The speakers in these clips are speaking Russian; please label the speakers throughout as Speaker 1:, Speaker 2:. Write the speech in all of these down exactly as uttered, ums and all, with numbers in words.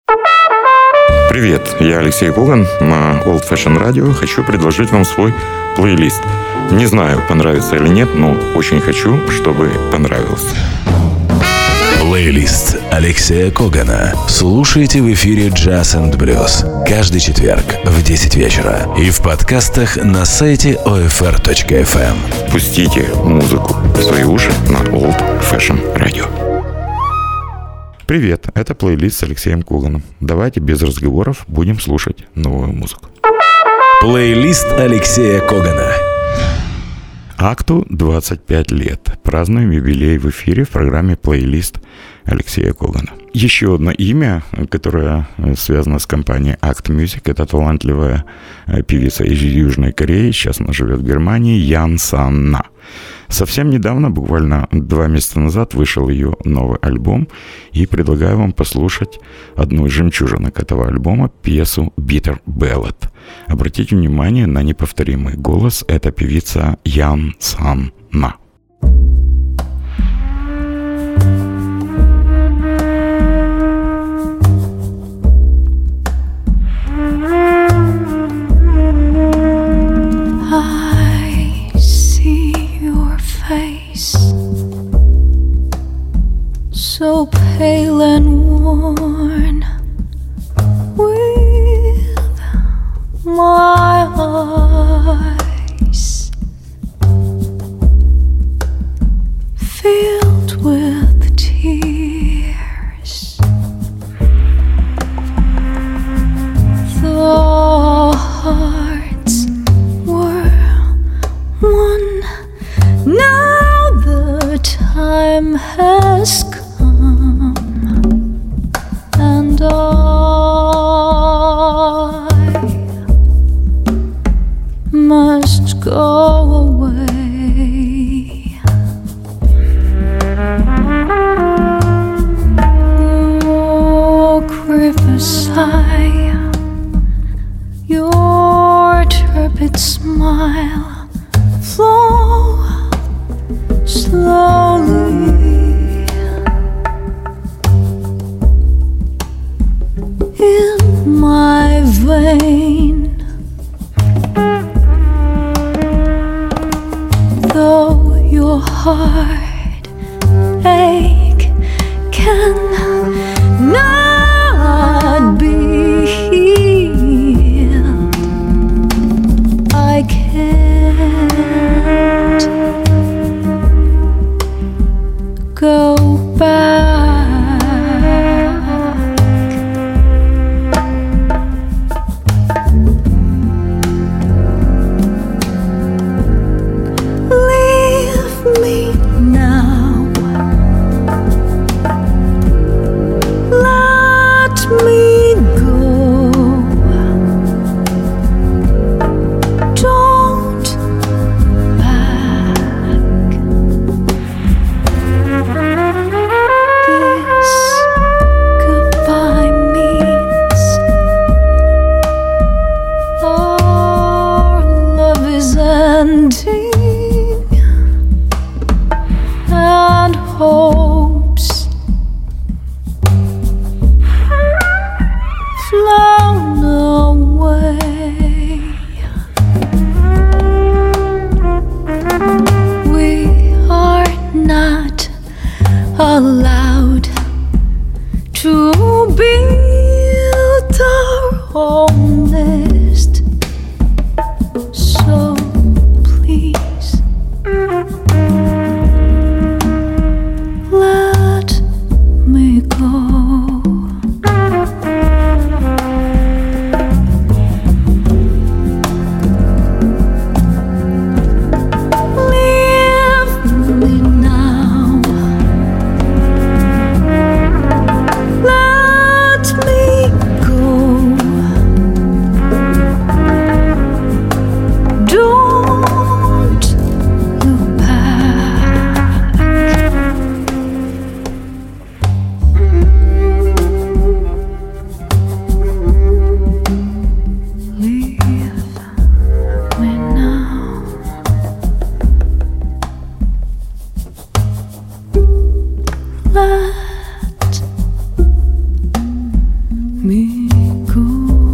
Speaker 1: Привет, я Алексей Коган на Old Fashion Radio. Хочу предложить вам свой плейлист. Не знаю, понравится или нет, но очень хочу, чтобы понравился.
Speaker 2: Плейлист Алексея Когана. Слушайте в эфире Jazz энд Blues каждый четверг в десять вечера и в подкастах на сайте о эф эр точка эф эм.
Speaker 1: Пустите музыку в свои уши на Old Fashion Radio. Привет, это плейлист с Алексеем Коганом. Давайте без разговоров будем слушать новую музыку.
Speaker 2: Плейлист Алексея Когана.
Speaker 1: Акту двадцать пять лет. Празднуем юбилей в эфире в программе «Плейлист» Алексея Когана. Еще одно имя, которое связано с компанией Act Music, это талантливая певица из Южной Кореи, сейчас она живет в Германии, Ян Сан На. Совсем недавно, буквально два месяца назад, вышел ее новый альбом, и предлагаю вам послушать одну из жемчужинок этого альбома, пьесу «Bitter Ballad». Обратите внимание на неповторимый голос, это певица Ян Сан На.
Speaker 3: So pale and worn, with my eyes filled with tears. The hearts were one. Now the time has come. And I must go away. Oh, river sigh, your turbid smile, flow slowly in my vein, though your heart ache can not be healed. I can't go back. Leave me now. me go.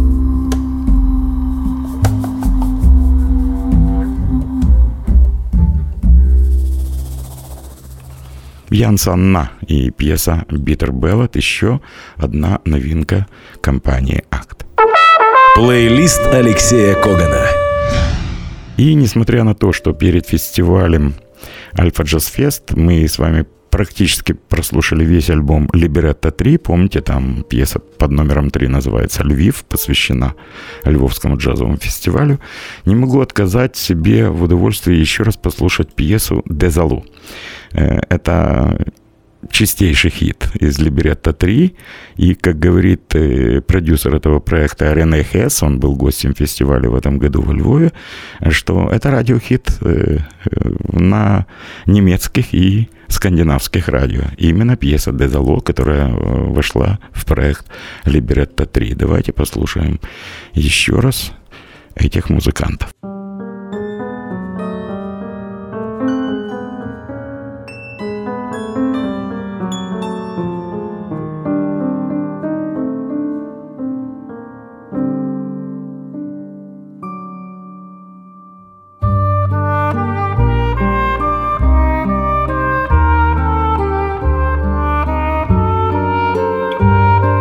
Speaker 1: Ян Санна и пьеса «Bitter Ballad» — еще одна новинка компании «Акт».
Speaker 2: Плейлист Алексея Когана.
Speaker 1: И несмотря на то, что перед фестивалем Альфа Джаз Фест мы с вами практически прослушали весь альбом «Либретто три», помните, там пьеса под номером три называется «Львив», посвящена Львовскому джазовому фестивалю, не могу отказать себе в удовольствии еще раз послушать пьесу «Дезалу». Это чистейший хит из «Либретто три», и, как говорит э, продюсер этого проекта Рене Хесс, он был гостем фестиваля в этом году во Львове, что это радиохит э, на немецких и скандинавских радио. И именно пьеса «Дезало», которая вошла в проект «Либретто три». Давайте послушаем еще раз этих музыкантов.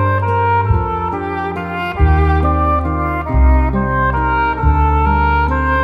Speaker 3: Thank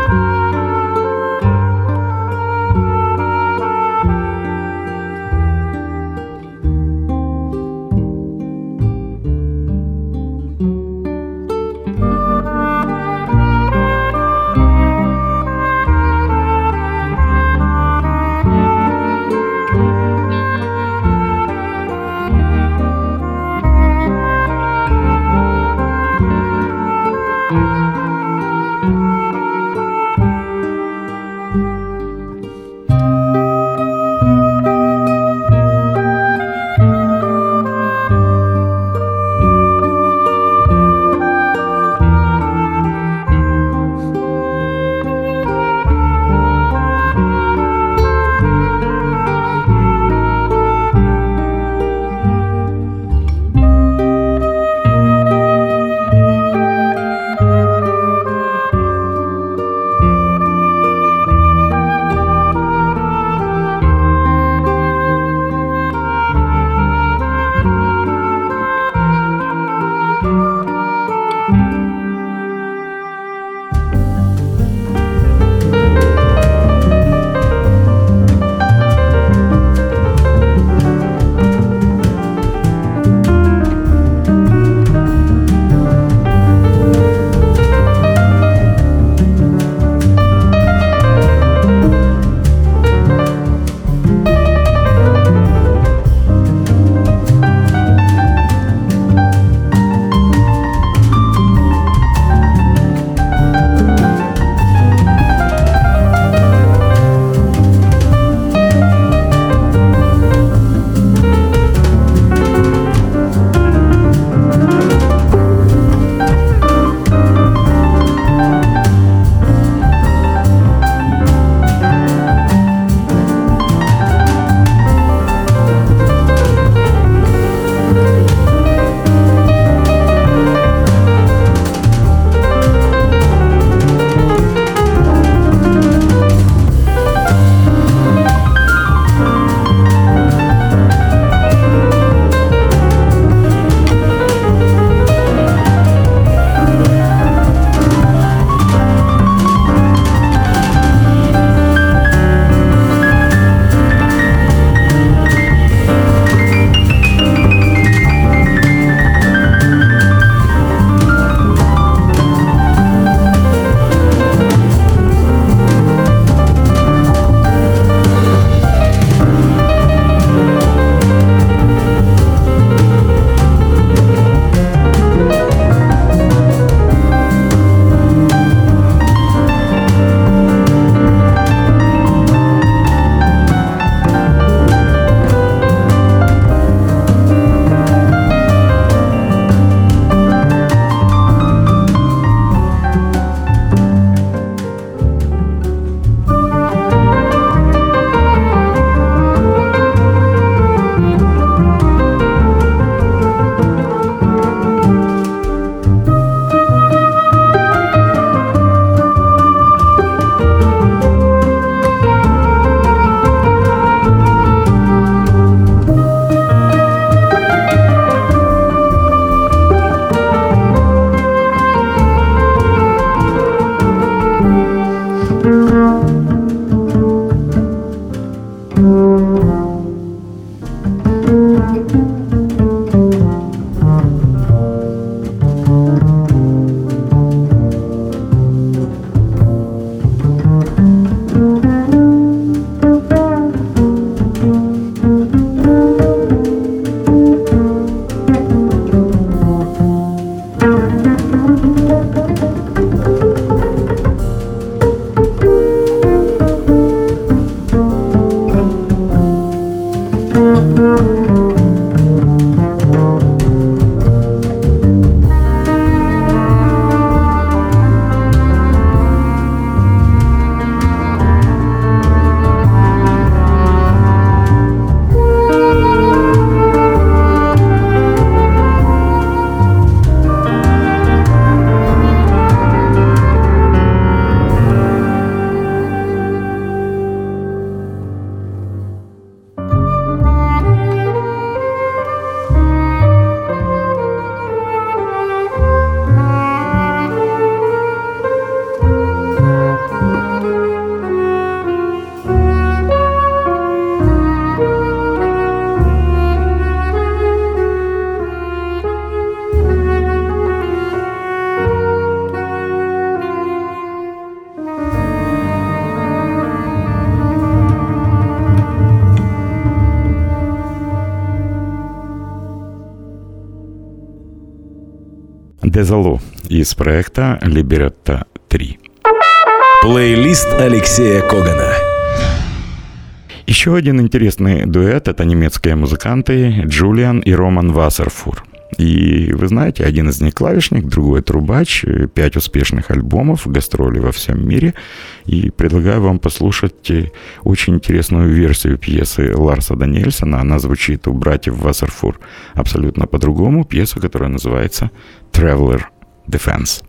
Speaker 1: Дезало из проекта Libretto три.
Speaker 2: Плейлист Алексея Когана.
Speaker 1: Еще один интересный дуэт — это немецкие музыканты Джулиан и Роман Вассерфур. И вы знаете, один из них клавишник, другой трубач, пять успешных альбомов, гастроли во всем мире. И предлагаю вам послушать очень интересную версию пьесы Ларса Даниэльсона. Она звучит у братьев Вассерфур абсолютно по-другому. Пьеса, которая называется «Traveler Defense».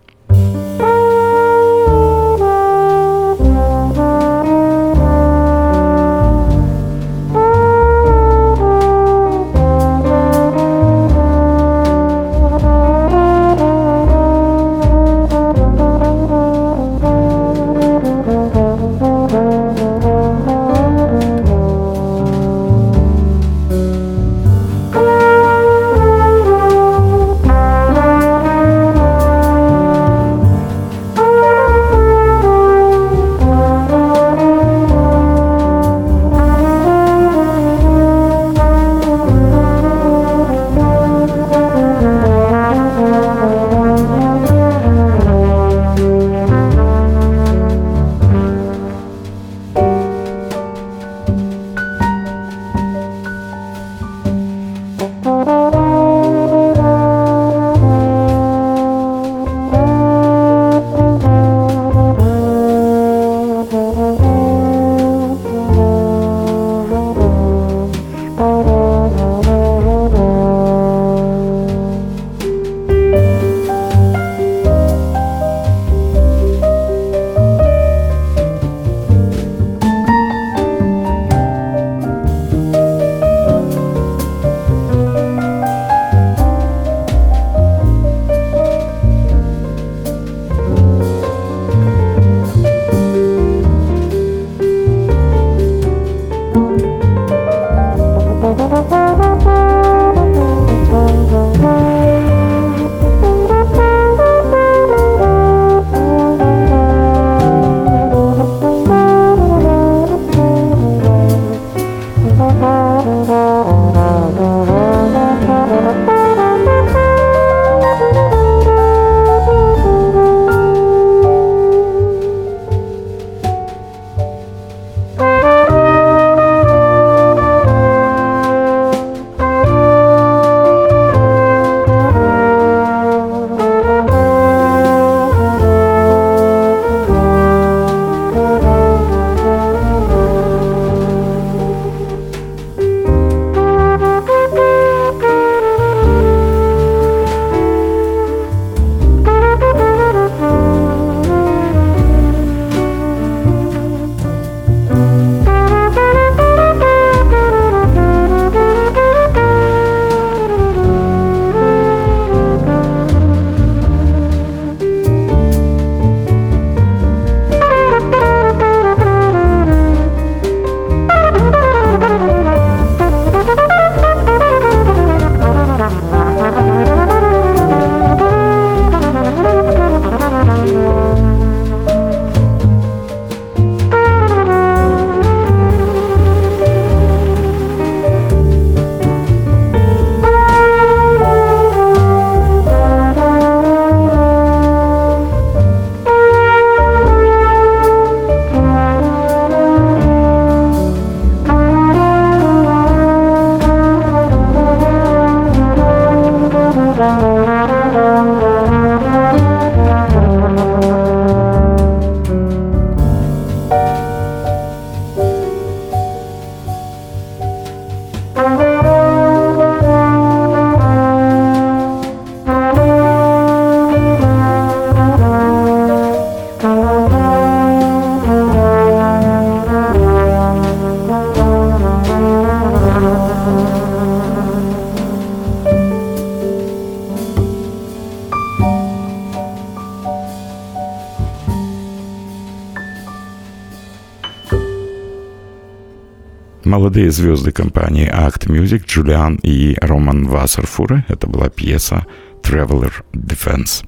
Speaker 1: Молодые звезды компании Act Music, Джулиан и Роман Вассерфуры. Это была пьеса Traveler Defense.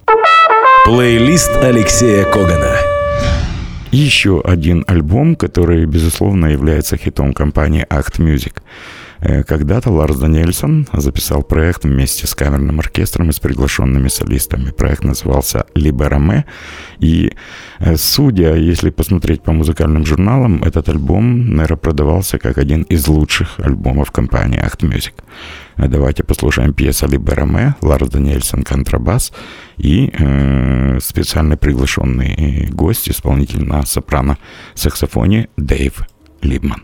Speaker 2: Плейлист Алексея Когана.
Speaker 1: Еще один альбом, который, безусловно, является хитом компании Act Music. Когда-то Ларс Даниэльсон записал проект вместе с камерным оркестром и с приглашенными солистами. Проект назывался «Либераме». И, судя, если посмотреть по музыкальным журналам, этот альбом, наверное, продавался как один из лучших альбомов компании Act Music. Давайте послушаем пьесу «Либераме», Ларс Даниэльсон контрабас и э, специально приглашенный гость, исполнитель на сопрано-саксофоне Дэйв Либман.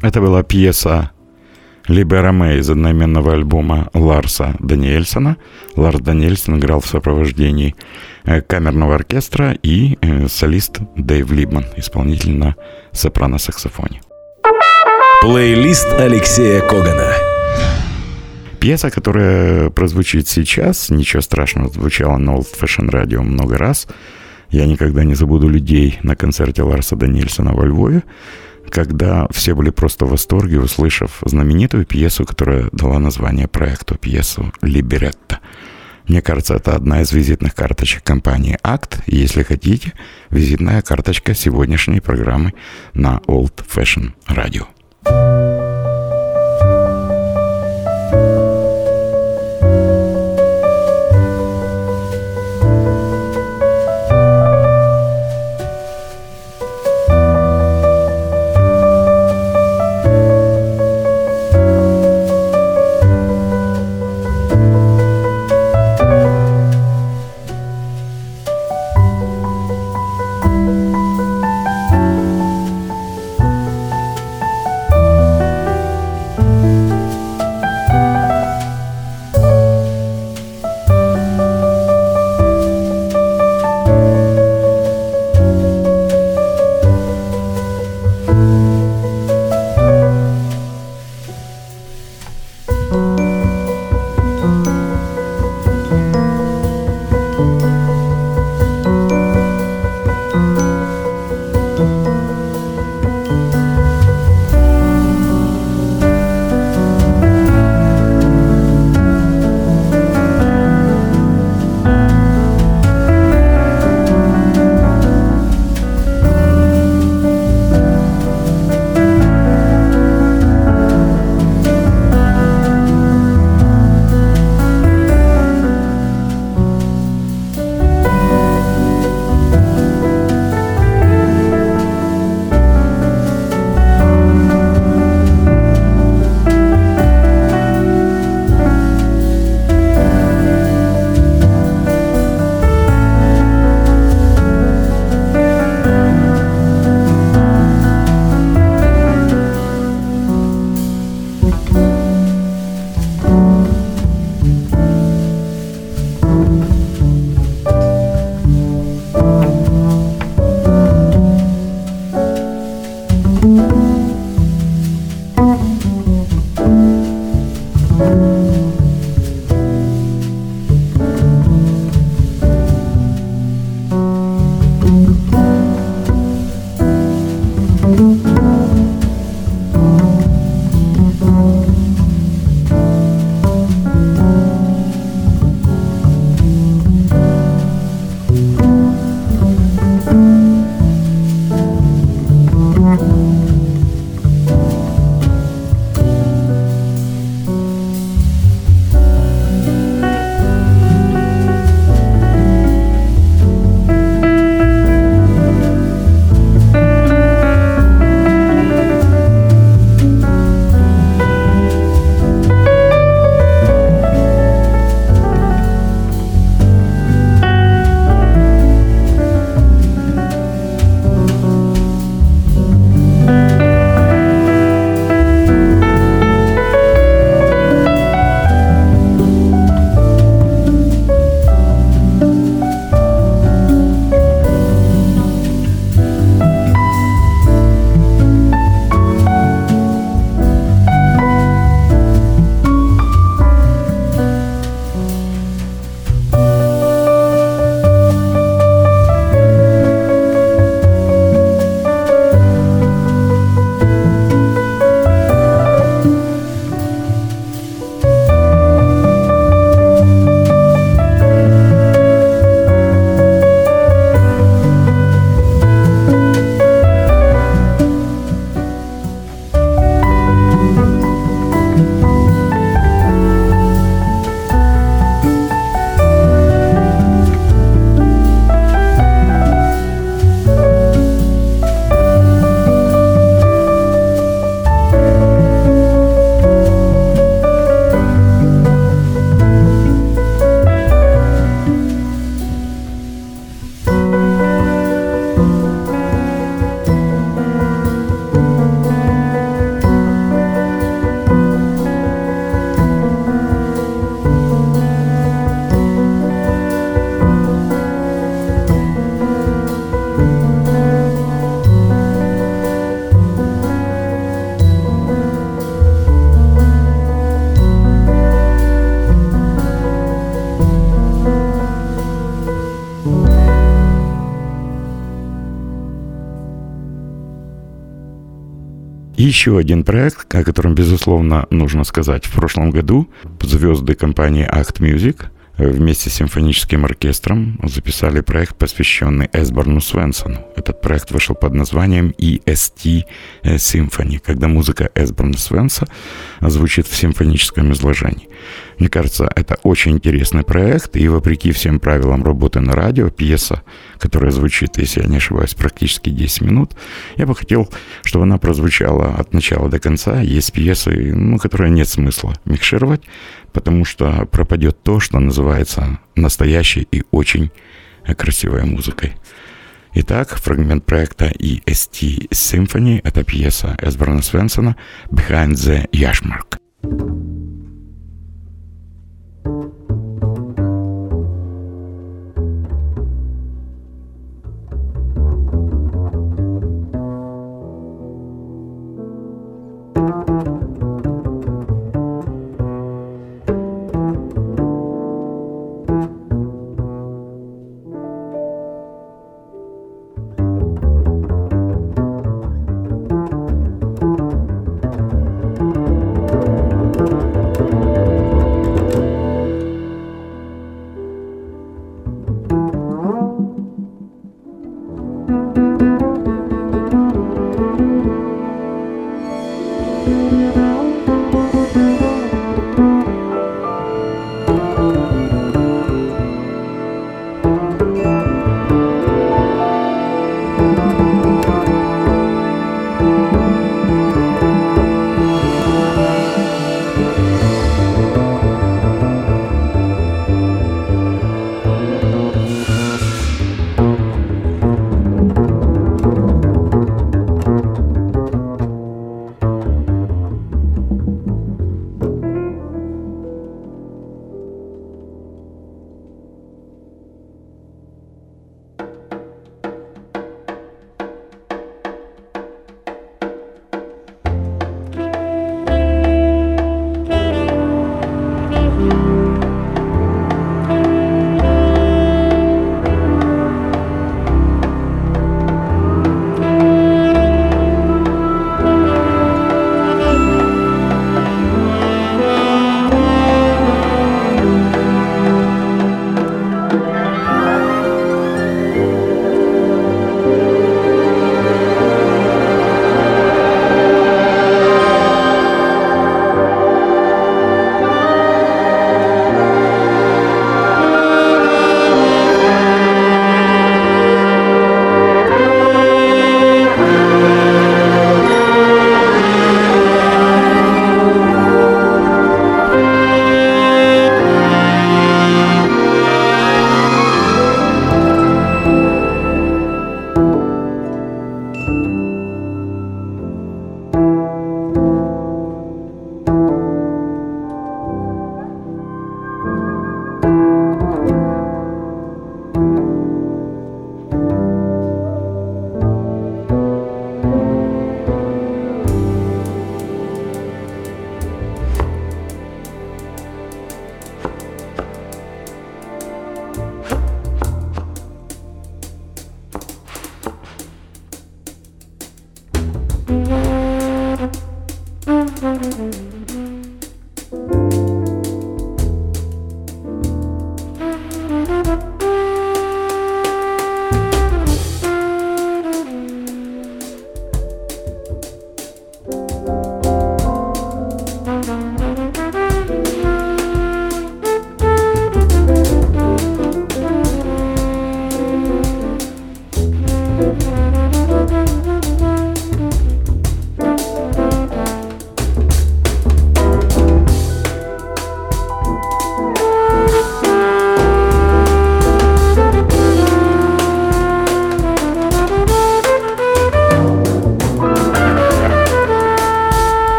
Speaker 1: Это была пьеса «Либера Мэй» из одноименного альбома Ларса Даниэльсона. Ларс Даниэльсон играл в сопровождении камерного оркестра и солист Дэйв Либман, исполнитель на сопрано-саксофоне.
Speaker 2: Плейлист Алексея Когана.
Speaker 1: Пьеса, которая прозвучит сейчас, ничего страшного, звучала на Old Fashion Radio много раз. Я никогда не забуду людей на концерте Ларса Даниэльсона во Львове, когда все были просто в восторге, услышав знаменитую пьесу, которая дала название проекту, пьесу «Либеретто». Мне кажется, это одна из визитных карточек компании «Акт». И если хотите, визитная карточка сегодняшней программы на Old Fashion Radio. И еще один проект, о котором, безусловно, нужно сказать. В прошлом году звезды компании Act Music вместе с симфоническим оркестром записали проект, посвященный Эсберну Свенсону. Этот проект вышел под названием и эс ти Symphony, когда музыка Эсберна Свенса звучит в симфоническом изложении. Мне кажется, это очень интересный проект, и вопреки всем правилам работы на радио, пьеса, которая звучит, если я не ошибаюсь, практически десять минут, я бы хотел, чтобы она прозвучала от начала до конца. Есть пьесы, ну, которые нет смысла микшировать, потому что пропадет то, что называется настоящей и очень красивой музыкой. Итак, фрагмент проекта и эс ти Symphony — это пьеса Эсберна Свенсона «Behind the Yashmark».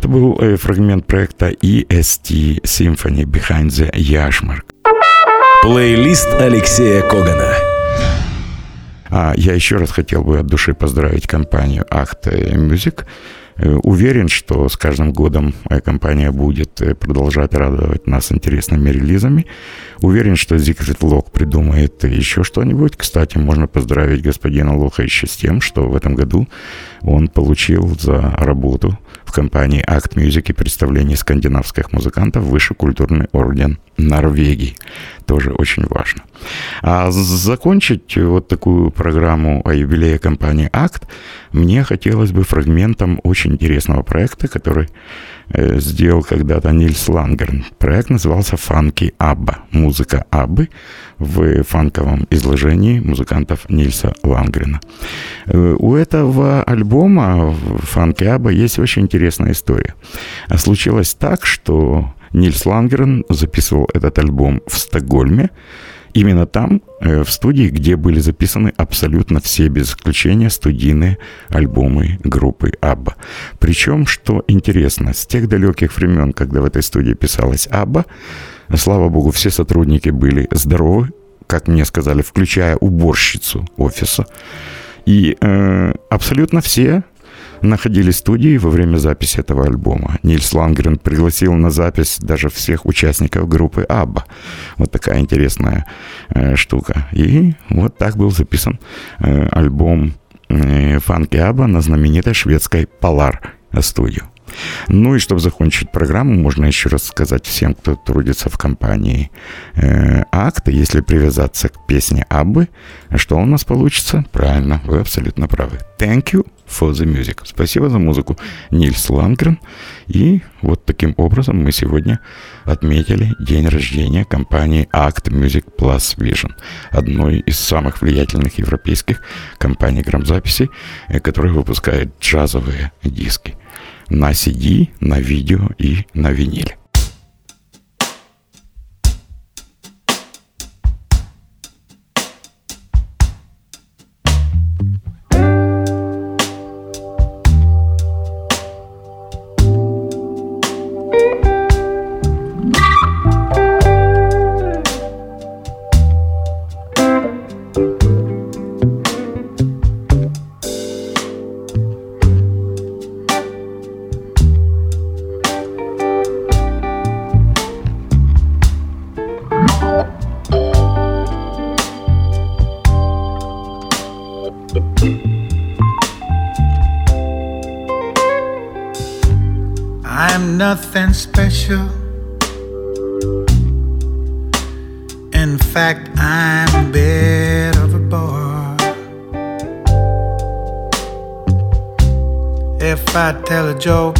Speaker 1: Это был э, фрагмент проекта и эс ти Symphony Behind the Yashmark.
Speaker 2: Плейлист Алексея Когана.
Speaker 1: А я еще раз хотел бы от души поздравить компанию Act Music. Уверен, что с каждым годом компания будет продолжать радовать нас интересными релизами. Уверен, что Зигфрид Лох придумает еще что-нибудь. Кстати, можно поздравить господина Лоха еще с тем, что в этом году он получил за работу в компании Act Music и представление скандинавских музыкантов высший культурный орден Норвегии. Тоже очень важно. А закончить вот такую программу о юбилее компании Act мне хотелось бы фрагментом очень интересного проекта, который э, сделал когда-то Нильс Лангерн. Проект назывался «Фанки Абба». Музыка Аббы в фанковом изложении музыкантов Нильса Лангрена. Э, у этого альбома «Фанки Абба» есть очень интересная история. Случилось так, что Нильс Лангрен записывал этот альбом в Стокгольме, именно там, в студии, где были записаны абсолютно все, без исключения, студийные альбомы группы Абба. Причем, что интересно, с тех далеких времен, когда в этой студии писалась Абба, слава богу, все сотрудники были здоровы, как мне сказали, включая уборщицу офиса. И э, абсолютно все находились в студии во время записи этого альбома. Нильс Лангрен пригласил на запись даже всех участников группы Абба. Вот такая интересная э, штука. И вот так был записан э, альбом э, «Фанки Абба» на знаменитой шведской Polar Studio. Ну и чтобы закончить программу, можно еще раз сказать всем, кто трудится в компании э, Act, если привязаться к песне Аббы, что у нас получится? Правильно, вы абсолютно правы. Thank you for the music. Спасибо за музыку, Нильс Лангрен. И вот таким образом мы сегодня отметили день рождения компании Act Music Plus Vision, одной из самых влиятельных европейских компаний грамзаписи, которая выпускает джазовые диски на си ди, на видео и на виниле.
Speaker 4: I'm nothing special. In fact, I'm a bit of a bore. If I tell a joke,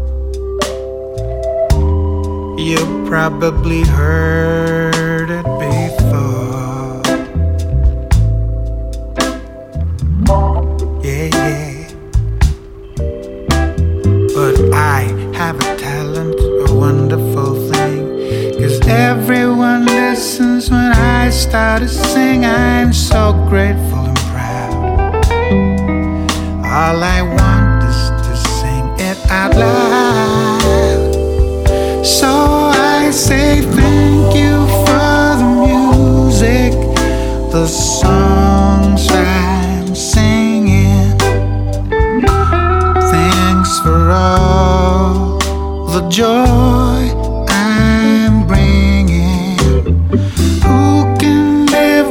Speaker 4: you probably heard it before. Yeah, yeah. But I have a talent, a wonderful thing, 'cause everyone listens when I start to sing. I'm so grateful and proud. All I want is to sing it out loud. So I say thank you for the music, the songs I'm singing. Thanks for all the joy I'm bringing. Who can live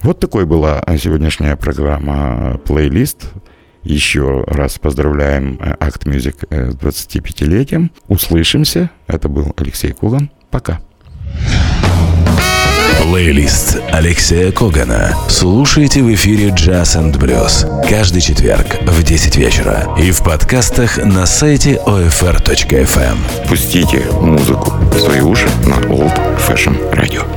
Speaker 1: Вот такой была сегодняшняя программа «Плейлист». Еще раз поздравляем Act Music с двадцатипятилетием. Услышимся. Это был Алексей Коган. Пока.
Speaker 2: Плейлист Алексея Когана. Слушайте в эфире Jazz энд Blues каждый четверг в десять вечера и в подкастах на сайте о эф эр точка эф эм.
Speaker 1: Пустите музыку в свои уши на Old Fashion Radio.